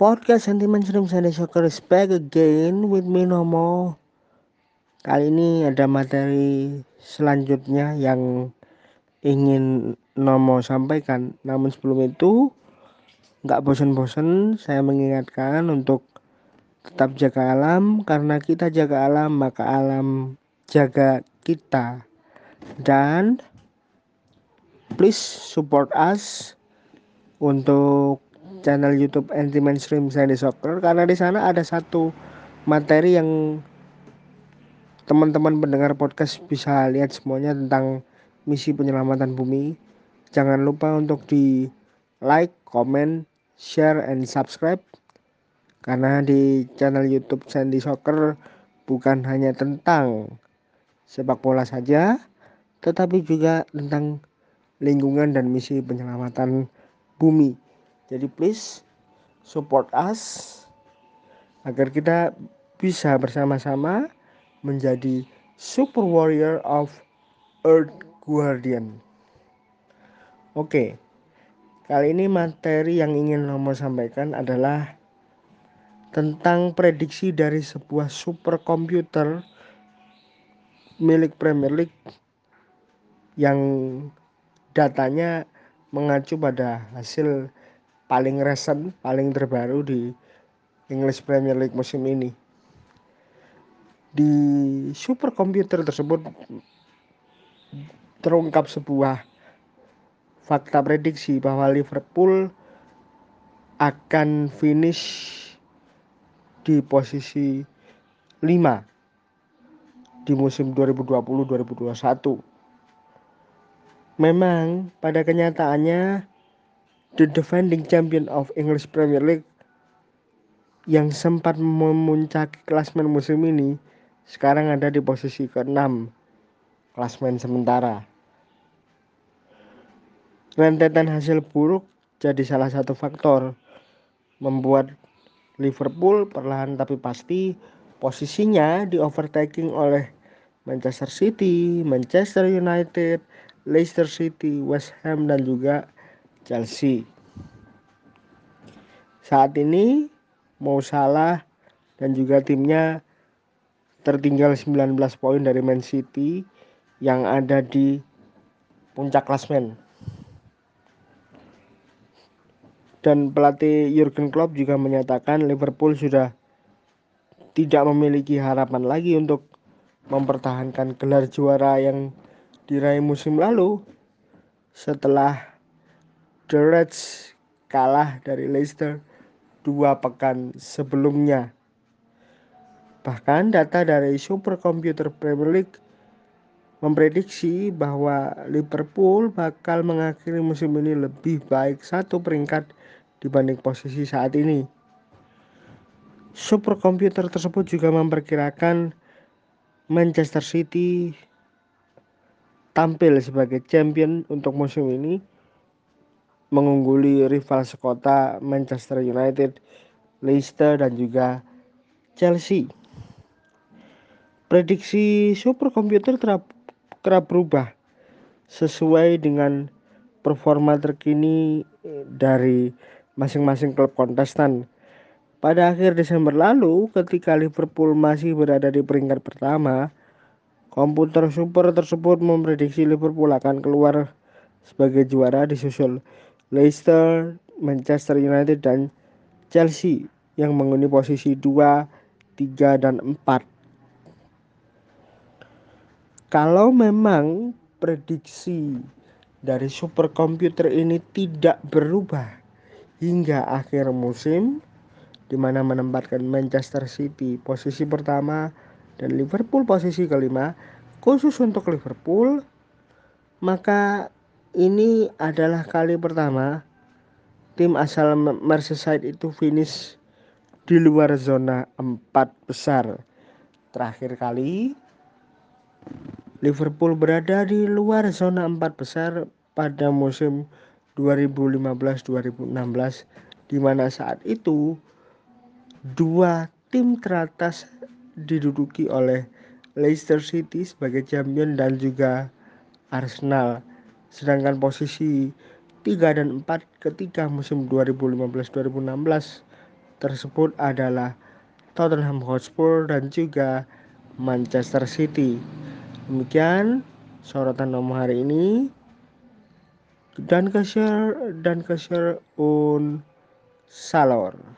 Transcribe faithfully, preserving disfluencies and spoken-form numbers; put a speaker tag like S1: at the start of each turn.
S1: Podcast Sentimen Stream Sunday Soccer is back again with me Nomo. Kali ini ada materi selanjutnya yang ingin Nomo sampaikan. Namun sebelum itu, nggak bosan-bosan saya mengingatkan untuk tetap jaga alam. Karena kita jaga alam, maka alam jaga kita. Dan please support us untuk channel YouTube Anti Mainstream Sunday Soccer, karena di sana ada satu materi yang teman-teman pendengar podcast bisa lihat semuanya tentang misi penyelamatan bumi. Jangan lupa untuk di like, comment, share, and subscribe, karena di channel YouTube Sandy Soccer bukan hanya tentang sepak bola saja, tetapi juga tentang lingkungan dan misi penyelamatan bumi. Jadi please support us agar kita bisa bersama-sama menjadi super warrior of Earth Guardian. Oke, kali ini materi yang ingin Nomo sampaikan adalah tentang prediksi dari sebuah superkomputer milik Premier League yang datanya mengacu pada hasil paling recent, paling terbaru di English Premier League musim ini. Di superkomputer tersebut terungkap sebuah fakta prediksi bahwa Liverpool akan finish di posisi lima di musim dua ribu dua puluh dua ribu dua puluh satu. Memang pada kenyataannya the defending champion of English Premier League yang sempat memuncaki klasmen musim ini sekarang ada di posisi keenam klasmen sementara. Rentetan hasil buruk jadi salah satu faktor membuat Liverpool perlahan tapi pasti posisinya di overtaking oleh Manchester City, Manchester United, Leicester City, West Ham, dan juga Chelsea. Saat ini Mo Salah dan juga timnya tertinggal sembilan belas poin dari Man City yang ada di puncak klasmen. Dan pelatih Jurgen Klopp juga menyatakan Liverpool sudah tidak memiliki harapan lagi untuk mempertahankan gelar juara yang diraih musim lalu setelah The Reds kalah dari Leicester dua pekan sebelumnya. Bahkan data dari superkomputer Premier League memprediksi bahwa Liverpool bakal mengakhiri musim ini lebih baik satu peringkat dibanding posisi saat ini. Superkomputer tersebut juga memperkirakan Manchester City tampil sebagai champion untuk musim ini, mengungguli rival sekota Manchester United, Leicester, dan juga Chelsea. Prediksi superkomputer kerap, kerap berubah sesuai dengan performa terkini dari masing-masing klub kontestan. Pada akhir Desember lalu, ketika Liverpool masih berada di peringkat pertama, komputer super tersebut memprediksi Liverpool akan keluar sebagai juara disusul Leicester, Manchester United, dan Chelsea yang menghuni posisi dua, tiga, dan empat. Kalau memang prediksi dari superkomputer ini tidak berubah hingga akhir musim, di mana menempatkan Manchester City posisi pertama dan Liverpool posisi kelima, khusus untuk Liverpool, maka ini adalah kali pertama tim asal Merseyside itu finish di luar zona empat besar. Terakhir kali Liverpool berada di luar zona empat besar pada musim dua ribu lima belas dua ribu enam belas, di mana saat itu dua tim teratas diduduki oleh Leicester City sebagai champion dan juga Arsenal. Sedangkan posisi tiga dan empat ketika musim dua ribu lima belas dua ribu enam belas tersebut adalah Tottenham Hotspur dan juga Manchester City. Demikian sorotan nomor hari ini. Dan ke share dan ke share un salor.